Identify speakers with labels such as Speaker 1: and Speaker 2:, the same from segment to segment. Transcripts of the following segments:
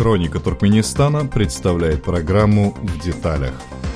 Speaker 1: Хроника Туркменистана представляет программу «В деталях».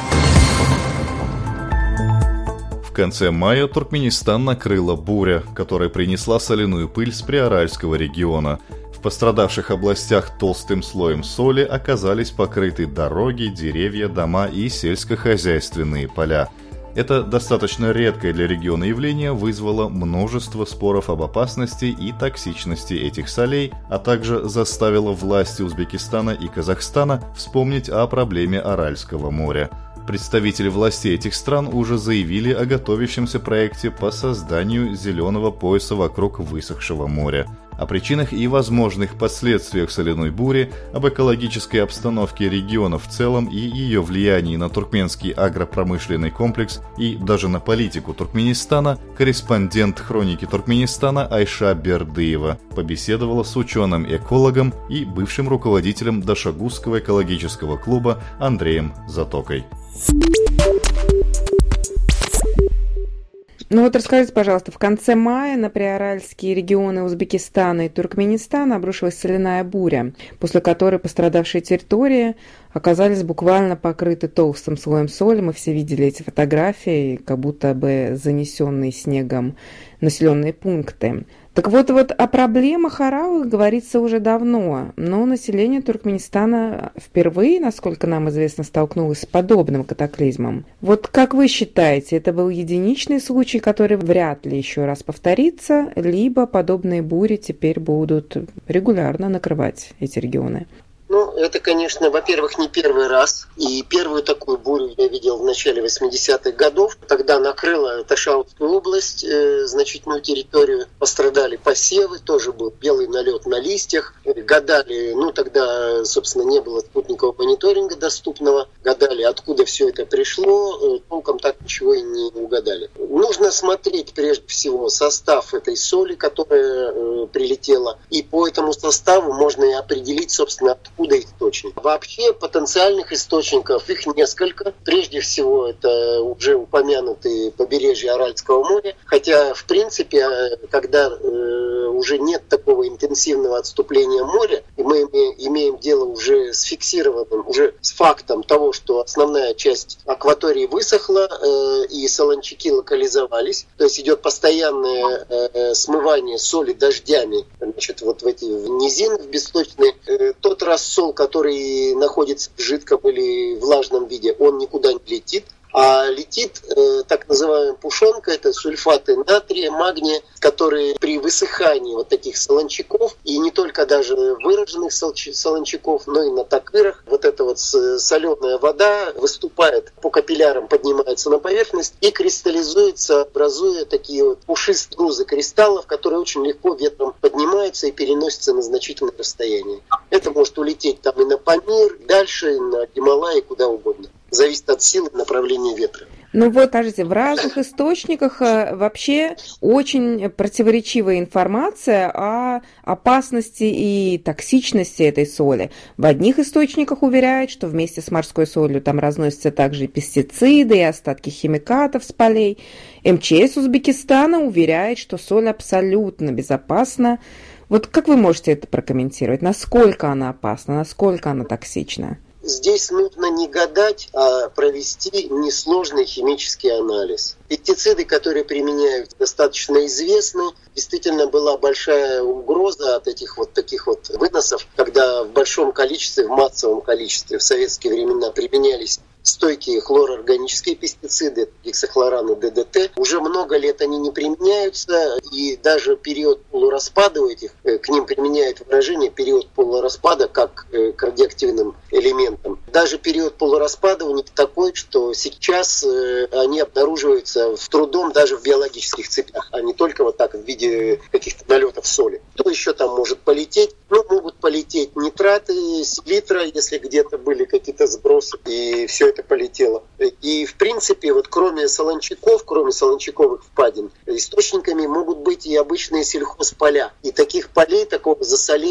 Speaker 1: В конце мая Туркменистан накрыла буря, которая принесла соляную пыль с приаральского региона. В пострадавших областях толстым слоем соли оказались покрыты дороги, деревья, дома и сельскохозяйственные поля. Это достаточно редкое для региона явление вызвало множество споров об опасности и токсичности этих солей, а также заставило власти Узбекистана и Казахстана вспомнить о проблеме Аральского моря. Представители властей этих стран уже заявили о готовящемся проекте по созданию зеленого пояса вокруг высохшего моря. О причинах и возможных последствиях соляной бури, об экологической обстановке региона в целом и ее влиянии на туркменский агропромышленный комплекс и даже на политику Туркменистана корреспондент «Хроники Туркменистана» Айша Бердыева побеседовала с ученым-экологом и бывшим руководителем Дашогузского экологического клуба Андреем Затокой.
Speaker 2: Ну вот расскажите, пожалуйста, в конце мая на приаральские регионы Узбекистана и Туркменистана обрушилась соляная буря, после которой пострадавшие территории оказались буквально покрыты толстым слоем соли. Мы все видели эти фотографии, как будто бы занесенные снегом населенные пункты. Так вот о проблемах оравы говорится уже давно, но население Туркменистана впервые, насколько нам известно, столкнулось с подобным катаклизмом. Вот как вы считаете, это был единичный случай, который вряд ли еще раз повторится, либо подобные бури теперь будут регулярно накрывать эти регионы?
Speaker 3: Ну, это, конечно, во-первых, не первый раз. И первую такую бурю я видел в начале 80-х годов. Тогда накрыла Ташаутскую область, значительную территорию. Пострадали посевы, тоже был белый налет на листьях. Гадали, тогда, собственно, не было спутникового мониторинга доступного. Гадали, откуда все это пришло. Толком так ничего и не угадали. Нужно смотреть, прежде всего, состав этой соли, которая прилетела. И по этому составу можно и определить, собственно, откуда источник. Вообще потенциальных источников их несколько. Прежде всего это уже упомянутые побережья Аральского моря. Хотя в принципе, когда уже нет такого интенсивного отступления моря, и мы имеем дело уже с фиксированным, уже с фактом того, что основная часть акватории высохла и солончаки локализовались, то есть идет постоянное смывание соли дождями, вот в эти низины, в бессточные. Тот рассол, который находится в жидком или влажном виде, он никуда не летит. А летит так называемая пушонка, это сульфаты натрия, магния, которые при высыхании вот таких солончаков, и не только даже выраженных солончаков, но и на такырах, вот эта вот соленая вода выступает по капиллярам, поднимается на поверхность и кристаллизуется, образуя такие вот пушистые грузы кристаллов, которые очень легко ветром поднимаются и переносятся на значительное расстояние. Это может улететь там и на Памир, дальше, и на Гималаи, куда угодно. Зависит от силы и направления ветра.
Speaker 2: Ну вот, скажите, в разных источниках вообще очень противоречивая информация о опасности и токсичности этой соли. В одних источниках уверяют, что вместе с морской солью там разносятся также и пестициды, и остатки химикатов с полей. МЧС Узбекистана уверяет, что соль абсолютно безопасна. Вот как вы можете это прокомментировать? Насколько она опасна, насколько она токсична?
Speaker 3: Здесь нужно не гадать, а провести несложный химический анализ. Пестициды, которые применяют, достаточно известны. Действительно была большая угроза от этих вот таких вот выносов, когда в большом количестве, в массовом количестве в советские времена применялись стойкие хлороорганические пестициды, гексахлоран и ДДТ. Уже много лет они не применяются, и даже период полураспада у этих, к ним применяют выражение период полураспада как к радиоактивным элементам. Даже период полураспада у них такой, что сейчас они обнаруживаются в трудом даже в биологических цепях, а не только вот так в виде каких-то налетов соли. Что еще там может полететь? Могут полететь нитраты, селитра, если где-то были какие-то сбросы, и все это полетело. И в принципе, вот кроме солончаковых впадин, источниками могут быть и обычные сельхозполя. И таких полей, такого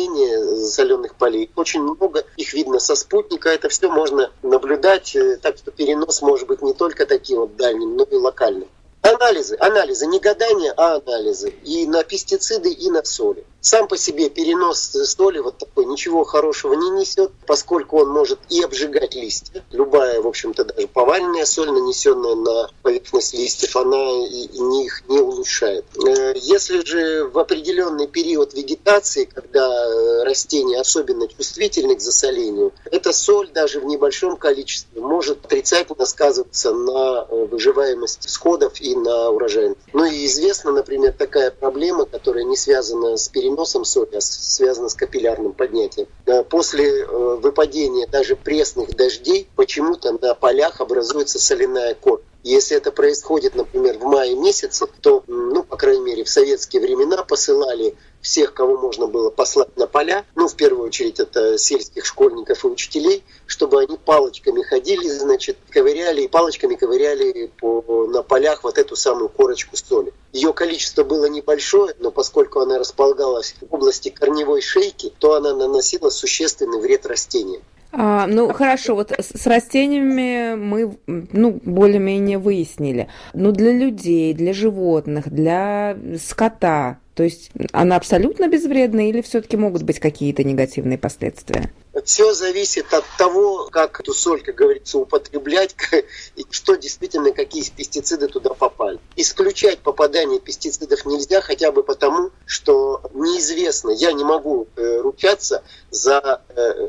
Speaker 3: засоленных полей очень много. Их видно со спутника. Это все можно наблюдать. Так что перенос может быть не только таким вот дальним, но и локальным. Анализы, не гадания, а анализы. И на пестициды, и на соли. Сам по себе перенос соли вот такой ничего хорошего не несет, поскольку он может и обжигать листья. Любая, в общем-то, даже поваренная соль, нанесенная на поверхность листьев, она их не улучшает. Если же в определенный период вегетации, когда растения особенно чувствительны к засолению, эта соль даже в небольшом количестве может отрицательно сказываться на выживаемости всходов и на урожайности. Ну и известна, например, такая проблема, которая не связана с переносом соли, а связана с капиллярным поднятием. После выпадения даже пресных дождей почему-то на полях образуется соляная корка. Если это происходит, например, в мае месяце, то, по крайней мере, в советские времена посылали всех, кого можно было послать на поля, в первую очередь это сельских школьников и учителей, чтобы они палочками ходили, ковыряли и палочками ковыряли на полях вот эту самую корочку соли. Ее количество было небольшое, но поскольку она располагалась в области корневой шейки, то она наносила существенный вред растениям.
Speaker 2: Хорошо, вот с растениями мы, более-менее выяснили. Но для людей, для животных, для скота, то есть она абсолютно безвредна или все-таки могут быть какие-то негативные последствия?
Speaker 3: Все зависит от того, как эту соль, как говорится, употреблять, и что действительно, какие пестициды туда попали. Исключать попадание пестицидов нельзя, хотя бы потому, что неизвестно, я не могу ручаться за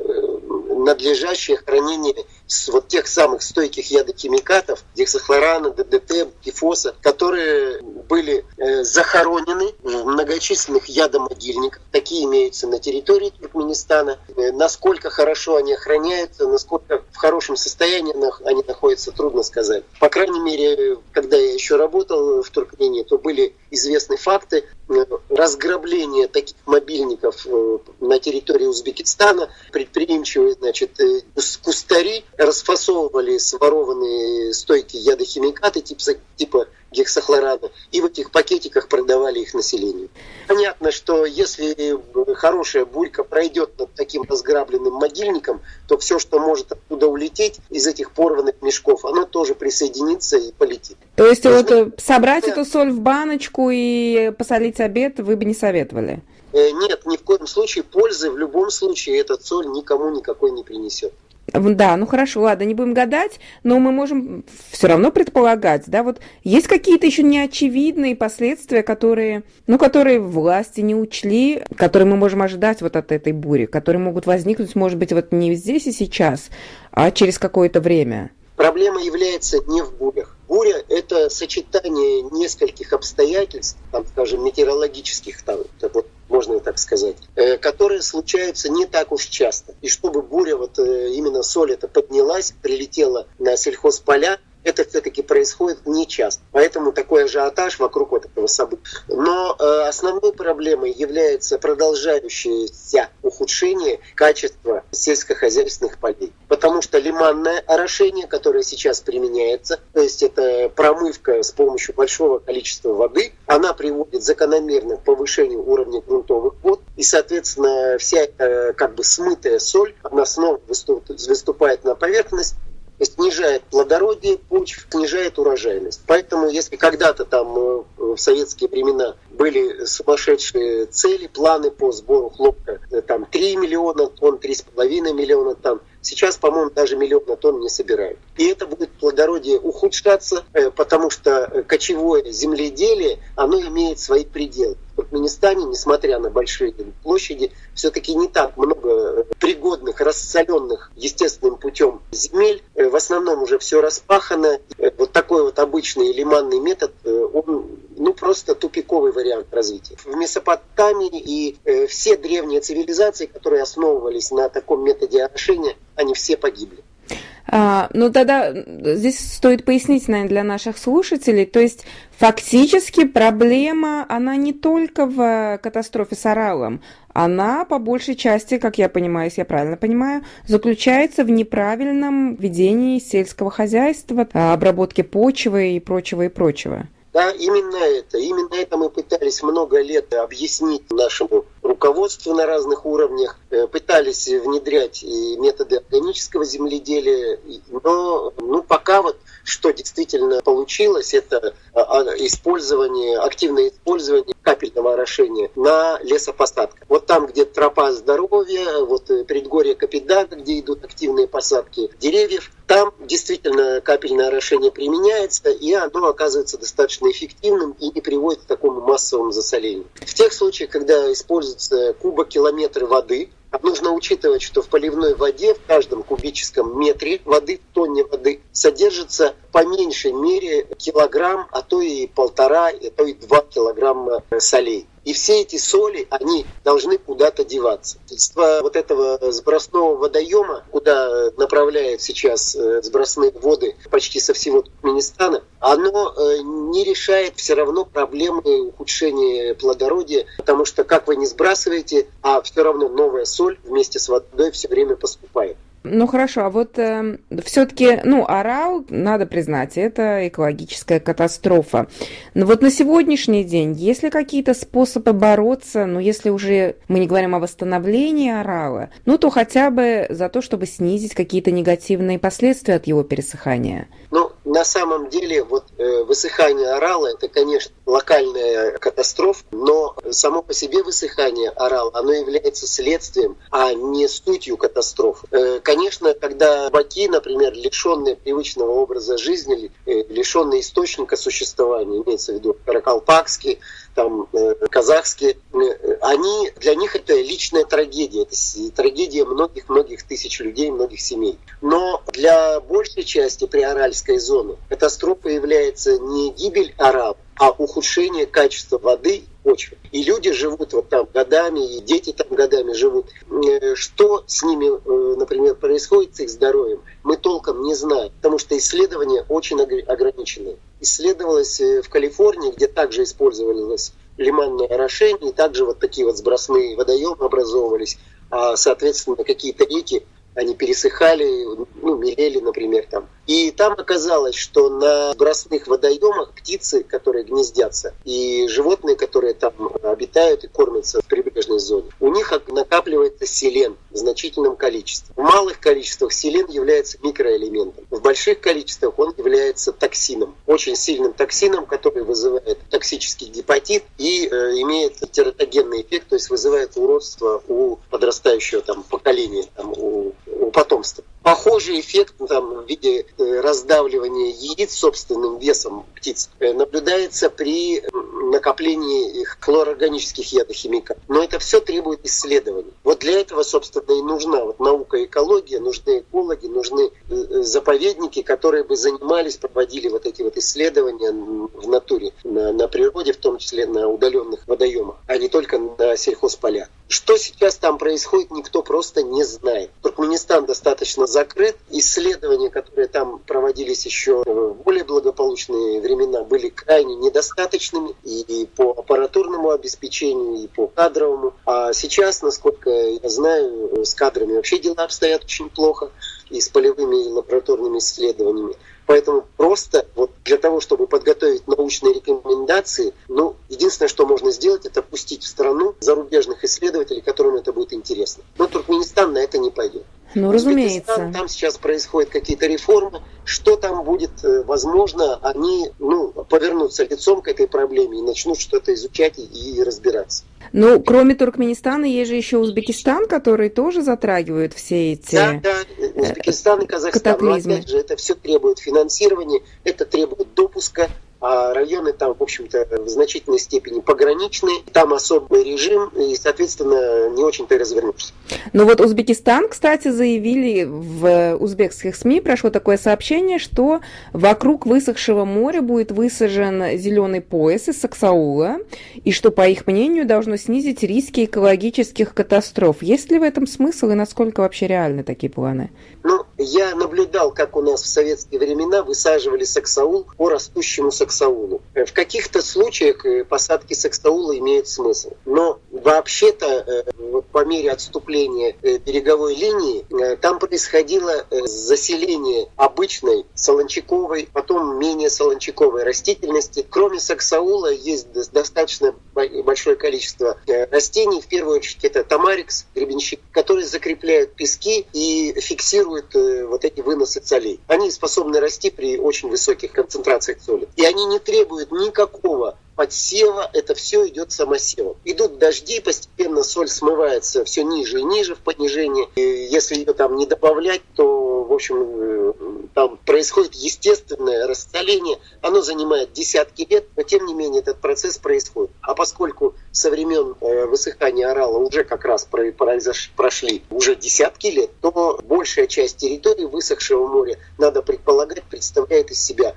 Speaker 3: надлежащее хранение вот тех самых стойких ядохимикатов, гексахлорана, ДДТ, пифоса, которые были захоронены в многочисленных ядомогильниках. Такие имеются на территории Туркменистана. Насколько хорошо они охраняются, насколько в хорошем состоянии они находятся, трудно сказать. По крайней мере, когда я еще работал в Туркмении, то были известны факты разграбления таких мобильников на территории Узбекистана. Предприимчивые, кустари расфасовывали сворованные стойкие ядохимикаты типа гексахлорана и в этих пакетиках продавали их населению. Понятно, что если хорошая бурька пройдет над таким разграбленным могильником, то все, что может оттуда улететь из этих порванных мешков, оно тоже присоединится и полетит.
Speaker 2: То есть собрать эту соль в баночку и посолить обед вы бы не советовали?
Speaker 3: Нет, ни в коем случае. Пользы в любом случае эта соль никому никакой не принесет.
Speaker 2: Да, хорошо, ладно, не будем гадать, но мы можем все равно предполагать, да, вот есть какие-то еще неочевидные последствия, которые власти не учли, которые мы можем ожидать вот от этой бури, которые могут возникнуть, может быть, вот не здесь и сейчас, а через какое-то время.
Speaker 3: Проблема является не в бурях. Буря – это сочетание нескольких обстоятельств, метеорологических, можно так сказать, которые случаются не так уж часто. И чтобы буря, именно соль эта поднялась, прилетела на сельхозполя, это все-таки происходит нечасто. Поэтому такой ажиотаж вокруг этого события. Но основной проблемой является продолжающееся ухудшение качества сельскохозяйственных полей. Потому что лиманное орошение, которое сейчас применяется, то есть это промывка с помощью большого количества воды, она приводит закономерно к повышению уровня грунтовых вод. И, соответственно, вся эта смытая соль, она снова выступает на поверхность, снижает плодородие почв, снижает урожайность. Поэтому, если когда-то в советские времена были сумасшедшие цели, планы по сбору хлопка, 3 миллиона тонн, 3,5 миллиона тонн, сейчас, по-моему, даже 1 миллион тонн не собирают. И это будет плодородие ухудшаться, потому что кочевое земледелие, оно имеет свои пределы. В Туркменистане, несмотря на большие площади, все-таки не так много пригодных, рассоленных естественным путем земель. В основном уже все распахано. Вот такой обычный лиманный метод, он просто тупиковый вариант развития. В Месопотамии и все древние цивилизации, которые основывались на таком методе орошения, они все погибли.
Speaker 2: Тогда здесь стоит пояснить, наверное, для наших слушателей, то есть фактически проблема, она не только в катастрофе с Аралом, она по большей части, как я понимаю, если я правильно понимаю, заключается в неправильном ведении сельского хозяйства, обработке почвы и прочего, и прочего.
Speaker 3: Да, именно это мы пытались много лет объяснить нашему руководству на разных уровнях, пытались внедрять и методы органического земледелия, но пока что действительно получилось, это активное использование капельного орошения на лесопосадках. Вот там, где тропа здоровья, предгорье Капитана, где идут активные посадки деревьев, там действительно капельное орошение применяется, и оно оказывается достаточно эффективным и не приводит к такому массовому засолению. В тех случаях, когда используются кубокилометры воды, нужно учитывать, что в поливной воде в каждом кубическом метре воды, в тонне воды, содержится по меньшей мере килограмм, а то и 1,5, а то и 2 килограмма солей. И все эти соли, они должны куда-то деваться. Этого сбросного водоема, куда направляют сейчас сбросные воды почти со всего Туркменистана, оно не решает все равно проблемы ухудшения плодородия, потому что как вы не сбрасываете, а все равно новая соль вместе с водой все время поступает.
Speaker 2: Хорошо, а все-таки, Арал, надо признать, это экологическая катастрофа. Но на сегодняшний день, есть ли какие-то способы бороться, если уже мы не говорим о восстановлении Арала, то хотя бы за то, чтобы снизить какие-то негативные последствия от его пересыхания?
Speaker 3: На самом деле, высыхание Арала – это, конечно, локальная катастрофа, но само по себе высыхание Арала, оно является следствием, а не сутью катастрофы. Конечно, когда Баки, например, лишенные привычного образа жизни, лишенные источника существования, имеется в виду каракалпакские, казахские, для них это личная трагедия, это трагедия многих-многих тысяч людей, многих семей. Но для большей части приаральской зоны катастрофой является не гибель Арала, а ухудшение качества воды и почвы. И люди живут там годами, и дети там годами живут. Что с ними, например, происходит с их здоровьем, мы толком не знаем, потому что исследования очень ограничены. Исследовалось в Калифорнии, где также использовалось лиманное орошение, и также такие сбросные водоемы образовывались, а, соответственно, какие-то реки, они пересыхали, мелели, например, там. И там оказалось, что на сбросных водоемах птицы, которые гнездятся, и животные, которые там обитают и кормятся в прибрежной зоне, у них накапливается селен в значительном количестве. В малых количествах селен является микроэлементом. В больших количествах он является токсином, очень сильным токсином, который вызывает токсический гепатит и имеет тератогенный эффект, то есть вызывает уродство у подрастающего поколения, у потомства. Похожий эффект в виде раздавливания яиц собственным весом птиц наблюдается при накоплении их хлорорганических ядохимикатов. Но это все требует исследований. Для этого, собственно, и нужна наука и экология, нужны экологи, нужны заповедники, которые бы занимались, проводили эти исследования в натуре, на природе, в том числе на удаленных водоемах, а не только на сельхозполях. Что сейчас там происходит, никто просто не знает. Туркменистан достаточно закрыт. Исследования, которые там проводились еще в более благополучные времена, были крайне недостаточными и по аппаратурному обеспечению, и по кадровому. А сейчас, насколько я знаю, с кадрами вообще дела обстоят очень плохо, и с полевыми и лабораторными исследованиями. Поэтому просто для того, чтобы подготовить научные рекомендации, единственное, что можно сделать, это пустить в страну зарубежных исследователей, которым это будет интересно. Но Туркменистан на это не пойдет.
Speaker 2: Разумеется.
Speaker 3: Там сейчас происходят какие-то реформы. Что там будет, возможно, они повернутся лицом к этой проблеме и начнут что-то изучать и разбираться.
Speaker 2: Кроме Туркменистана, есть же еще Узбекистан, который тоже затрагивает все эти
Speaker 3: Узбекистан и Казахстан. Но опять же, это все требует финансирования, это требует допуска. А районы там, в общем-то, в значительной степени пограничные, там особый режим, и, соответственно, не очень-то и развернешься.
Speaker 2: Узбекистан, кстати, заявили в узбекских СМИ, прошло такое сообщение, что вокруг высохшего моря будет высажен зеленый пояс из саксаула, и что, по их мнению, должно снизить риски экологических катастроф. Есть ли в этом смысл, и насколько вообще реальны такие планы?
Speaker 3: Я наблюдал, как у нас в советские времена высаживали саксаул по растущему саксаулу. В каких-то случаях посадки саксаула имеют смысл. Но вообще-то вот по мере отступления береговой линии, там происходило заселение обычной солончаковой, потом менее солончаковой растительности. Кроме саксаула есть достаточно большое количество растений. В первую очередь это тамарикс, гребенщик, который закрепляют пески и фиксирует вот эти выносы солей. Они способны расти при очень высоких концентрациях соли. И они не требуют никакого подсева, это все идет самосевом. Идут дожди, постепенно соль смывается все ниже и ниже в понижении. И если ее там не добавлять, то, в общем, там происходит естественное расцеление. Оно занимает десятки лет, но тем не менее этот процесс происходит. А поскольку со времен высыхания Арала уже как раз прошли уже десятки лет, то большая часть территории высохшего моря, надо предполагать, представляет из себя,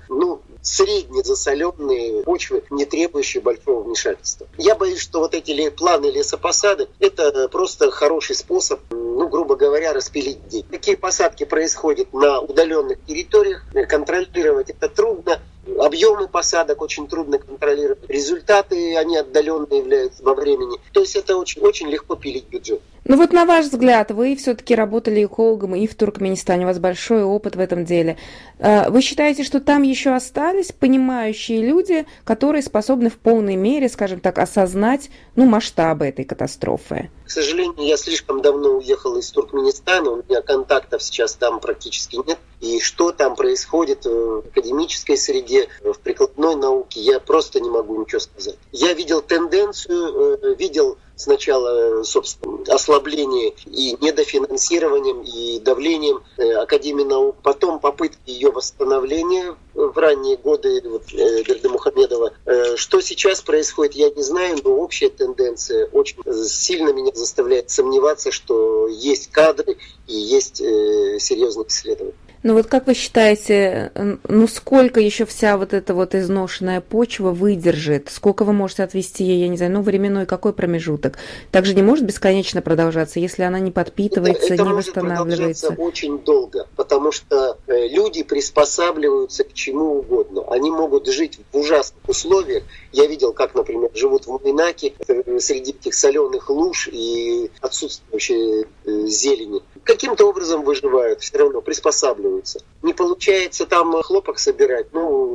Speaker 3: среднезасоленные почвы, не требующие большого вмешательства. Я боюсь, что вот эти планы лесопосадок – это просто хороший способ, грубо говоря, распилить деньги. Такие посадки происходят на удаленных территориях, контролировать это трудно. Объемы посадок очень трудно контролировать. Результаты, они отдаленно являются во времени. То есть это очень, очень легко пилить бюджет.
Speaker 2: На ваш взгляд, вы все-таки работали экологом и в Туркменистане, у вас большой опыт в этом деле. Вы считаете, что там еще остались понимающие люди, которые способны в полной мере, скажем так, осознать масштабы этой катастрофы?
Speaker 3: К сожалению, я слишком давно уехал из Туркменистана, у меня контактов сейчас там практически нет. И что там происходит в академической среде, в прикладной науке, я просто не могу ничего сказать. Я видел тенденцию, видел сначала, собственно, ослабление и недофинансированием, и давлением Академии наук, потом попытки ее восстановления в ранние годы Бердымухамедова. Что сейчас происходит, я не знаю, но общая тенденция очень сильно меня заставляет сомневаться, что есть кадры и есть серьезные исследования.
Speaker 2: Как вы считаете, сколько еще вся вот эта изношенная почва выдержит? Сколько вы можете отвести ей, я не знаю, временной какой промежуток? Так же не может бесконечно продолжаться, если она не подпитывается,
Speaker 3: это
Speaker 2: не восстанавливается?
Speaker 3: Это может продолжаться очень долго, потому что люди приспосабливаются к чему угодно. Они могут жить в ужасных условиях. Я видел, как, например, живут в Муйнаке среди этих соленых луж и отсутствующей зелени. Каким-то образом выживают, все равно приспосабливаются. Не получается там хлопок собирать,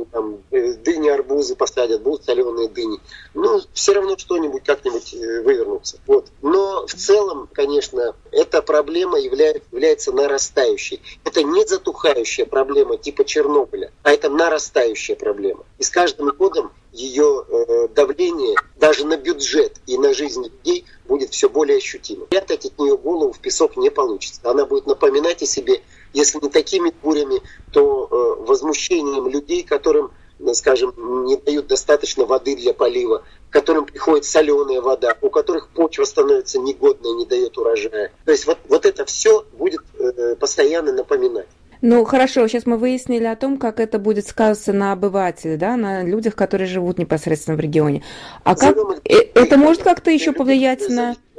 Speaker 3: дыни, арбузы посадят, будут соленые дыни. Все равно что-нибудь как-нибудь вывернутся. Но в целом, конечно, эта проблема является нарастающей. Это не затухающая проблема типа Чернобыля, а это нарастающая проблема. И с каждым годом ее давление даже на бюджет и на жизнь людей будет все более ощутимо. Прятать от нее голову в песок не получится. Она будет напоминать о себе, если не такими бурями, то возмущением людей, которым, скажем, не дают достаточно воды для полива, которым приходит соленая вода, у которых почва становится негодной, не дает урожая. То есть вот это все будет постоянно напоминать.
Speaker 2: Хорошо, сейчас мы выяснили о том, как это будет сказываться на обывателе, на людях, которые живут непосредственно в регионе. А как это может как-то еще повлиять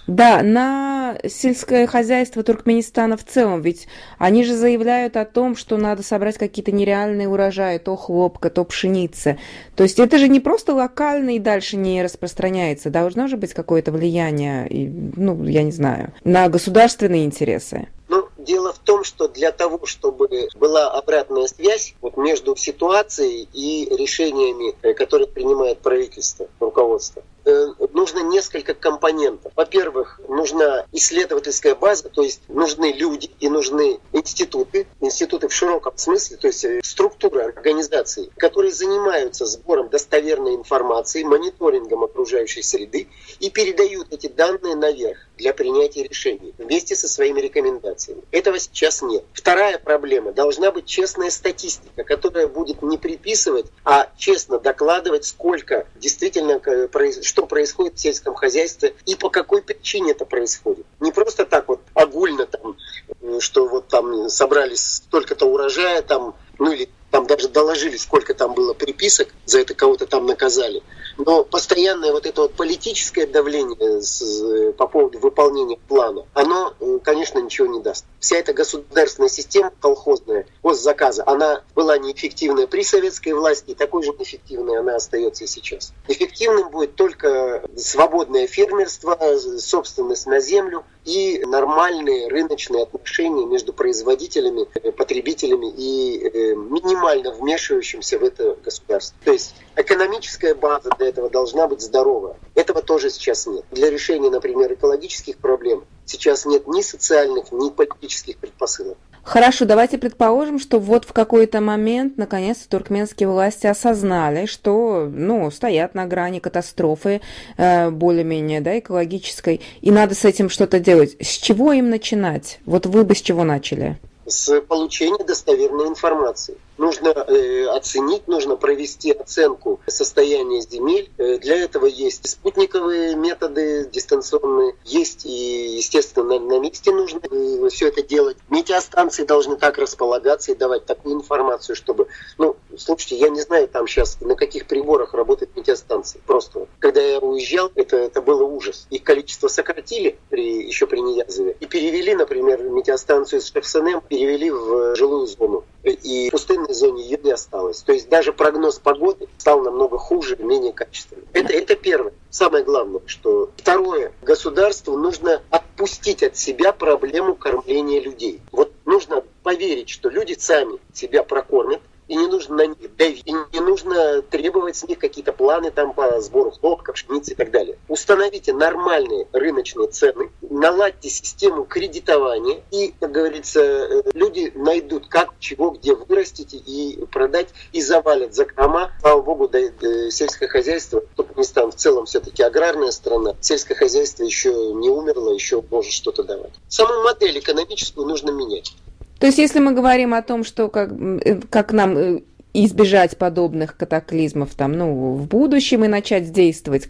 Speaker 2: на сельское хозяйство Туркменистана в целом? Ведь они же заявляют о том, что надо собрать какие-то нереальные урожаи, то хлопка, то пшеницы. То есть это же не просто локально и дальше не распространяется. Должно же быть какое-то влияние, я не знаю, на государственные интересы.
Speaker 3: Дело в том, что для того, чтобы была обратная связь между ситуацией и решениями, которые принимает правительство, руководство, нужно несколько компонентов. Во-первых, нужна исследовательская база, то есть нужны люди и нужны институты в широком смысле, то есть структуры организаций, которые занимаются сбором достоверной информации, мониторингом окружающей среды и передают эти данные наверх для принятия решений вместе со своими рекомендациями. Этого сейчас нет. Вторая проблема. Должна быть честная статистика, которая будет не приписывать, а честно докладывать, сколько действительно, что происходит в сельском хозяйстве и по какой причине это происходит. Не просто так огульно, что там собрались столько-то урожая, или там даже доложили, сколько там было приписок, за это кого-то там наказали. Но постоянное вот это вот политическое давление по поводу выполнения плана, оно, конечно, ничего не даст. Вся эта государственная система колхозная, госзаказа, она была неэффективная при советской власти, и такой же неэффективной она остается и сейчас. Эффективным будет только свободное фермерство, собственность на землю и нормальные рыночные отношения между производителями, потребителями и минимально вмешивающимся в это государство. То есть экономическая база для этого должна быть здоровая. Этого тоже сейчас нет. Для решения, например, экологических проблем сейчас нет ни социальных, ни политических предпосылок.
Speaker 2: Хорошо, давайте предположим, что вот в какой-то момент наконец-то туркменские власти осознали, что стоят на грани катастрофы более-менее экологической, и надо с этим что-то делать. С чего им начинать? Вот вы бы с чего начали?
Speaker 3: С получения достоверной информации. Нужно оценить, нужно провести оценку состояния земель. Для этого есть спутниковые методы дистанционные, есть и, естественно, на месте нужно все это делать. Метеостанции должны так располагаться и давать такую информацию, чтобы... слушайте, я не знаю там сейчас, на каких приборах работают метеостанции. Просто, когда я уезжал, это было ужас. Их количество сократили еще при Ниязове и перевели, например, метеостанцию с Шахсенем, перевели в жилую зону. И в пустынной зоне ее не осталось. То есть даже прогноз погоды стал намного хуже, менее качественным. Это первое. Самое главное, что второе. Государству нужно отпустить от себя проблему кормления людей. Вот нужно поверить, что люди сами себя прокормят, и не нужно на них давить, и не нужно требовать с них какие-то планы там по сбору хлопка, пшеницы и так далее. Установите нормальные рыночные цены, наладьте систему кредитования, и, как говорится, люди найдут как, чего, где вырастить и продать, и завалят закрома. Слава богу, сельское хозяйство, Туркменистан в целом все-таки аграрная страна, сельское хозяйство еще не умерло, еще может что-то давать. Саму модель экономическую нужно менять.
Speaker 2: То есть, если мы говорим о том, что как нам избежать подобных катаклизмов в будущем и начать действовать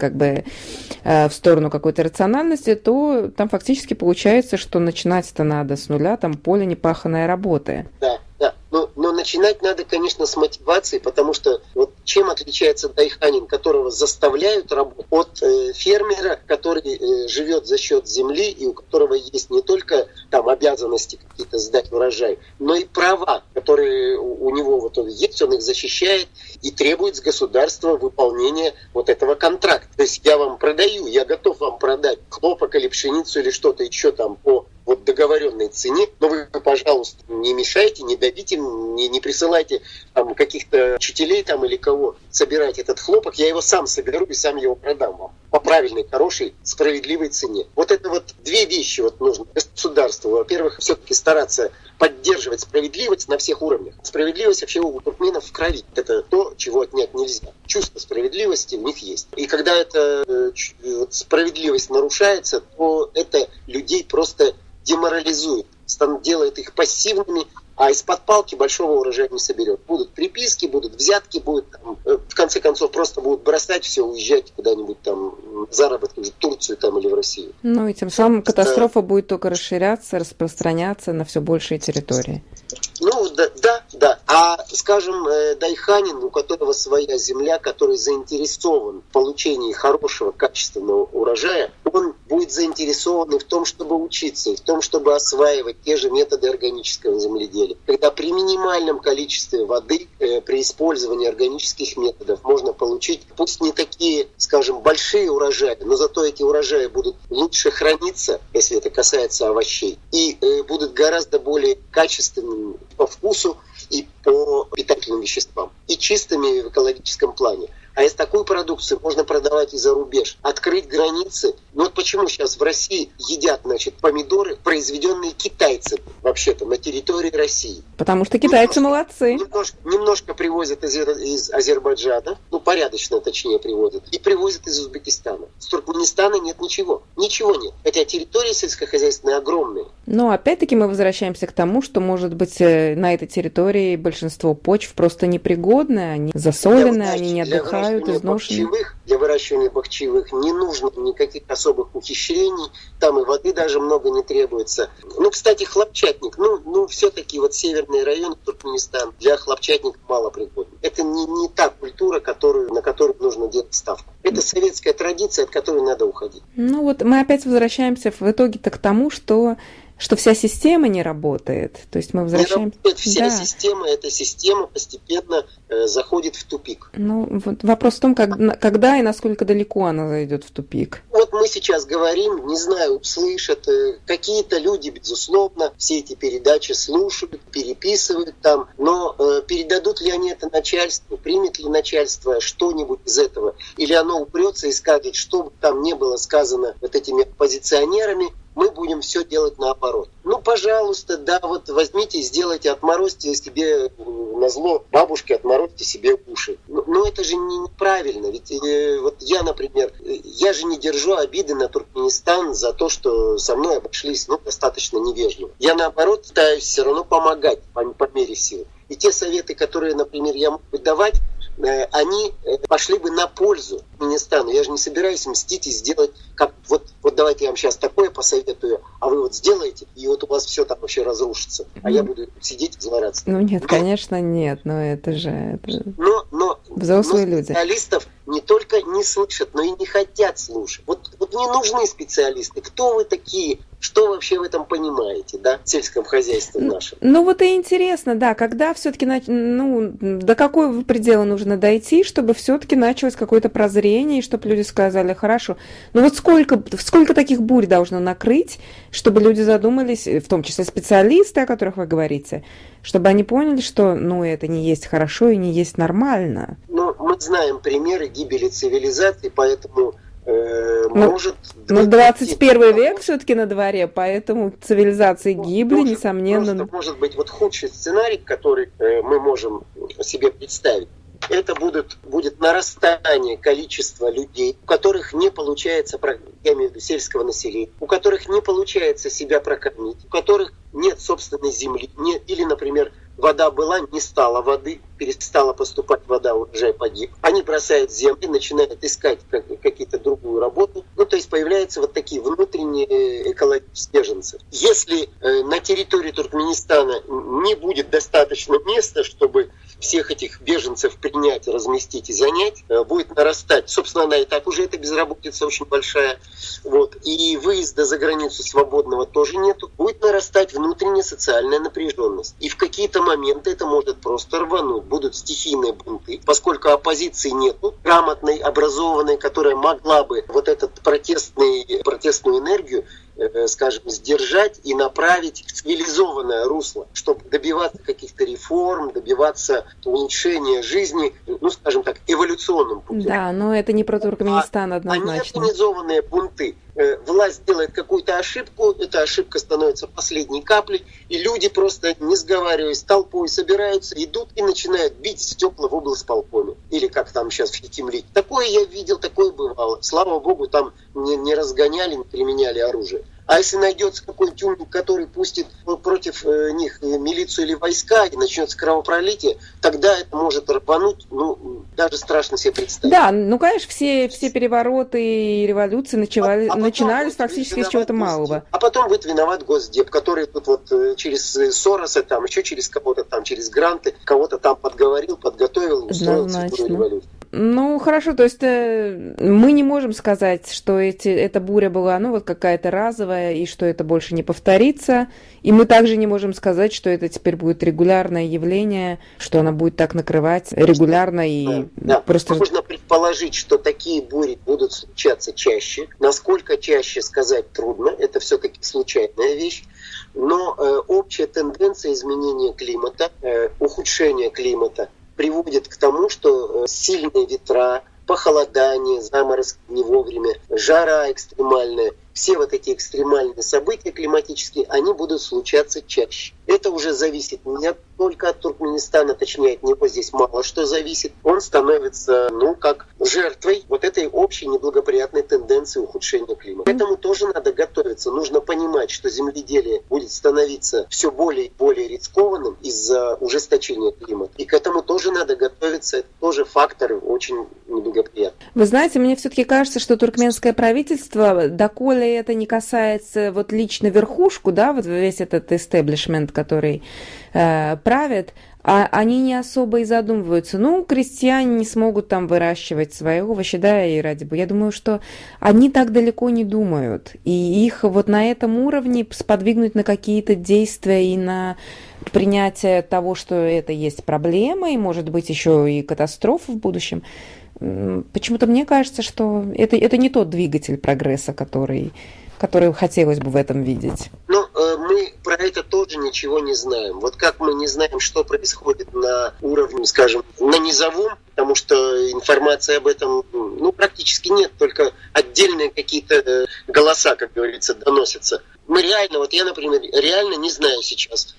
Speaker 2: в сторону какой-то рациональности, то там фактически получается, что начинать-то надо с нуля, поле непаханой работы.
Speaker 3: Да. Но начинать надо, конечно, с мотивации, потому что вот чем отличается дайханин, которого заставляют работать, от фермера, который живет за счет земли и у которого есть не только обязанности какие-то сдать урожай, но и права, которые у него есть, он их защищает и требует с государства выполнения этого контракта. То есть я вам продаю, я готов вам продать хлопок или пшеницу или что-то еще по договоренной цене, но вы, пожалуйста, не мешайте, не давите, не присылайте каких-то учителей или кого собирать этот хлопок, я его сам соберу и сам его продам вам по правильной, хорошей, справедливой цене. Это две вещи нужно государству. Во-первых, все-таки стараться поддерживать справедливость на всех уровнях. Справедливость вообще у туркменов в крови. Это то, чего отнять нельзя. Чувство справедливости у них есть. И когда эта справедливость нарушается, то это людей просто деморализует, делает их пассивными, а из-под палки большого урожая не соберет. Будут приписки, будут взятки, в конце концов просто будут бросать все, уезжать куда-нибудь заработки в Турцию или в Россию.
Speaker 2: И тем самым катастрофа будет только расширяться, распространяться на все большие территории.
Speaker 3: Да. А, скажем, дайханин, у которого своя земля, который заинтересован в получении хорошего, качественного урожая, он будет заинтересован и в том, чтобы учиться, и в том, чтобы осваивать те же методы органического земледелия. Когда при минимальном количестве воды, при использовании органических методов можно получить, пусть не такие, скажем, большие урожаи, но зато эти урожаи будут лучше храниться, если это касается овощей, и будут гораздо более качественными по вкусу и по питательным веществам, и чистыми в экологическом плане. А из такой продукции можно продавать и за рубеж. Открыть границы. Почему сейчас в России едят, помидоры, произведенные китайцами, вообще-то, на территории России.
Speaker 2: Потому что китайцы молодцы.
Speaker 3: Немножко привозят из Азербайджана, порядочно, точнее, привозят, и привозят из Узбекистана. С Туркменистана нет ничего. Ничего нет. Хотя территории сельскохозяйственные огромные.
Speaker 2: Но опять-таки мы возвращаемся к тому, что, может быть, на этой территории большинство почв просто непригодны, они засолены, они не отдыхают, изношены.
Speaker 3: для выращивания бахчевых не нужно никаких особых ухищрений, там и воды даже много не требуется. Ну, кстати, хлопчатник, все-таки вот северный район Туркменистана для хлопчатника мало пригоден. Это не та культура, на которую нужно делать ставку. Это советская традиция, от которой надо уходить.
Speaker 2: Ну вот мы опять возвращаемся в итоге-то к тому, что вся система не работает. То есть мы возвращаемся...
Speaker 3: Не работает вся система, эта система постепенно заходит в тупик.
Speaker 2: Ну, вот вопрос в том, когда и насколько далеко она зайдет в тупик.
Speaker 3: Вот мы сейчас говорим, не знаю, слышат, какие-то люди, безусловно, все эти передачи слушают, переписывают там, но передадут ли они это начальству, примет ли начальство что-нибудь из этого, или оно упрется и скажет, что бы там не было сказано вот этими оппозиционерами, мы будем все делать наоборот. Ну, пожалуйста, да, вот возьмите, сделайте, отморозьте себе назло бабушке, отморозьте себе уши. Но это же неправильно. Ведь вот я, например, я же не держу обиды на Туркменистан за то, что со мной обошлись достаточно невежливо. Я, наоборот, пытаюсь все равно помогать по мере сил. И те советы, которые, например, я мог бы давать, они пошли бы на пользу Туркменистану. Я же не собираюсь мстить и сделать, как вот давайте я вам сейчас такое посоветую, а вы вот сделаете, и вот у вас все там вообще разрушится. А я буду сидеть и злорадствовать.
Speaker 2: Ну нет, конечно, нет, но это же...
Speaker 3: Но
Speaker 2: взрослые люди.
Speaker 3: Специалистов не только не слышат, но и не хотят слушать. Вот не нужны специалисты. Кто вы такие? Что вообще в этом понимаете, да, в сельском хозяйстве нашем?
Speaker 2: Ну вот и интересно, да, когда все-таки, до какого предела нужно дойти, чтобы все-таки началось какое-то прозрение, и чтобы люди сказали, хорошо, ну вот сколько таких бурь должно накрыть, чтобы люди задумались, в том числе специалисты, о которых вы говорите, чтобы они поняли, что, это не есть хорошо и не есть нормально.
Speaker 3: Ну, мы знаем примеры гибели цивилизации, поэтому... может...
Speaker 2: 21 век все-таки на дворе, поэтому цивилизации гибли, несомненно.
Speaker 3: Может быть, вот худший сценарий, который мы можем себе представить, это будет нарастание количества людей, у которых не получается, я имею в виду сельского населения, у которых не получается себя прокормить, у которых нет собственной земли, или, например, вода была, не стало воды, перестала поступать вода, урожай погиб. Они бросают земли, начинают искать какие-то другую работу. То есть появляются вот такие внутренние экологические беженцы. Если на территории Туркменистана не будет достаточно места, чтобы всех этих беженцев принять, разместить и занять, будет нарастать. Собственно, она и так уже, эта безработица очень большая. И выезда за границу свободного тоже нету. Будет нарастать внутренняя социальная напряженность. И в какие-то моменты это может просто рвануть. Будут стихийные бунты. Поскольку оппозиции нету, грамотной, образованной, которая могла бы вот эту протестную энергию, скажем, сдержать и направить в цивилизованное русло, чтобы добиваться каких-то реформ, добиваться улучшения жизни, скажем так, эволюционным путем.
Speaker 2: Да, но это не про Туркменистан однозначно.
Speaker 3: А неорганизованные бунты. Власть делает какую-то ошибку, эта ошибка становится последней каплей, и люди просто, не сговариваясь, толпой собираются, идут и начинают бить стекла в облсполкоме. Или как там сейчас в Хикимли. Такое я видел, такое бывало. Слава богу, там не разгоняли, не применяли оружие. А если найдется какой-нибудь умник, который пустит против них милицию или войска, и начнется кровопролитие, тогда это может рвануть, даже страшно себе представить.
Speaker 2: Да, конечно, все перевороты и революции начинались фактически с чего-то малого.
Speaker 3: А потом будет виноват Госдеп, который тут через Сороса, там, еще через кого-то там, через гранты, кого-то там подготовил, устроил цветную революцию.
Speaker 2: Хорошо, то есть мы не можем сказать, что эта буря была, какая-то разовая, и что это больше не повторится, и мы также не можем сказать, что это теперь будет регулярное явление, что она будет так накрывать регулярно и просто...
Speaker 3: Можно предположить, что такие бури будут случаться чаще. Насколько чаще сказать трудно, это все-таки случайная вещь. Но общая тенденция изменения климата, ухудшения климата приводит к тому, что сильные ветра, похолодание, заморозки не вовремя, жара экстремальная, все вот эти экстремальные события климатические, они будут случаться чаще. Это уже зависит не от только от Туркменистана, точнее от него здесь мало что зависит, он становится, как жертвой вот этой общей неблагоприятной тенденции ухудшения климата. К этому тоже надо готовиться. Нужно понимать, что земледелие будет становиться все более и более рискованным из-за ужесточения климата. И к этому тоже надо готовиться. Это тоже фактор очень неблагоприятный.
Speaker 2: Вы знаете, мне все-таки кажется, что туркменское правительство, доколе это не касается вот лично верхушку, да, вот весь этот истеблишмент, который правит, они не особо и задумываются. Крестьяне не смогут там выращивать свои овощи, да, и ради бога. Я думаю, что они так далеко не думают. И их вот на этом уровне сподвигнуть на какие-то действия и на принятие того, что это есть проблема, и, может быть, еще и катастрофа в будущем. Почему-то мне кажется, что это не тот двигатель прогресса, который хотелось бы в этом видеть.
Speaker 3: Мы про это тоже ничего не знаем. Вот как мы не знаем, что происходит на уровне, скажем, на низовом, потому что информации об этом практически нет, только отдельные какие-то голоса, как говорится, доносятся. Мы реально, я, например, реально не знаю сейчас,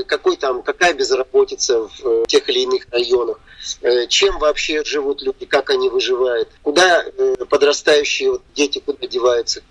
Speaker 3: какая безработица в тех или иных районах, чем вообще живут люди, как они выживают, куда подрастающие дети куда деваются.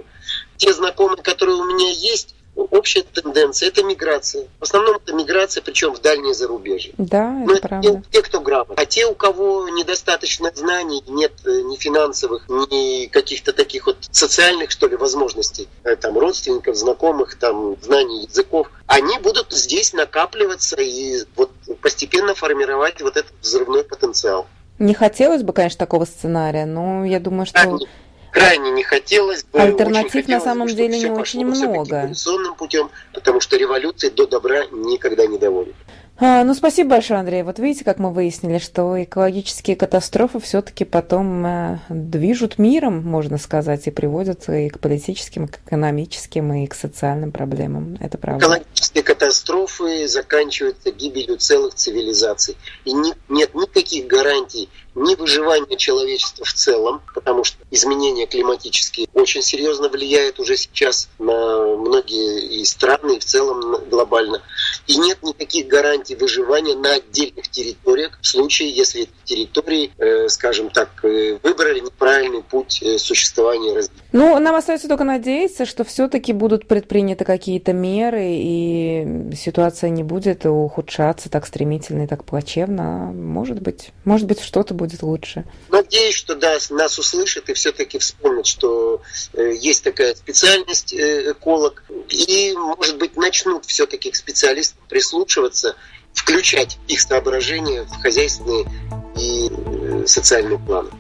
Speaker 3: Те знакомые, которые у меня есть, общая тенденция – это миграция. В основном это миграция, причем в дальние зарубежья.
Speaker 2: Да, это правда.
Speaker 3: Те, кто грамотный. А те, у кого недостаточно знаний, нет ни финансовых, ни каких-то таких социальных, что ли, возможностей, родственников, знакомых, знаний языков, они будут здесь накапливаться и постепенно формировать этот взрывной потенциал.
Speaker 2: Не хотелось бы, конечно, такого сценария, но я думаю, что...
Speaker 3: Крайне не хотелось бы.
Speaker 2: Альтернатив на самом деле не очень много.
Speaker 3: Эволюционным путем, потому что революции до добра никогда не доводят.
Speaker 2: Спасибо большое, Андрей. Вот видите, как мы выяснили, что экологические катастрофы все-таки потом движут миром, можно сказать, и приводят и к политическим, и к экономическим, и к социальным проблемам. Это правда.
Speaker 3: Экологические катастрофы заканчиваются гибелью целых цивилизаций. И нет никаких гарантий ни выживания человечества в целом, потому что изменения климатические очень серьезно влияют уже сейчас на многие и страны, и в целом глобально. И нет никаких гарантий выживания на отдельных территориях в случае, если эти территории, скажем так, выбрали неправильный путь существования и развития.
Speaker 2: Нам остается только надеяться, что все-таки будут предприняты какие-то меры, и ситуация не будет ухудшаться так стремительно и так плачевно. Может быть, что-то будет лучше.
Speaker 3: Надеюсь, что нас услышат и все-таки вспомнят, что есть такая специальность эколог, и, может быть, начнут все-таки к специалистам прислушиваться, включать их соображения в хозяйственные и социальные планы.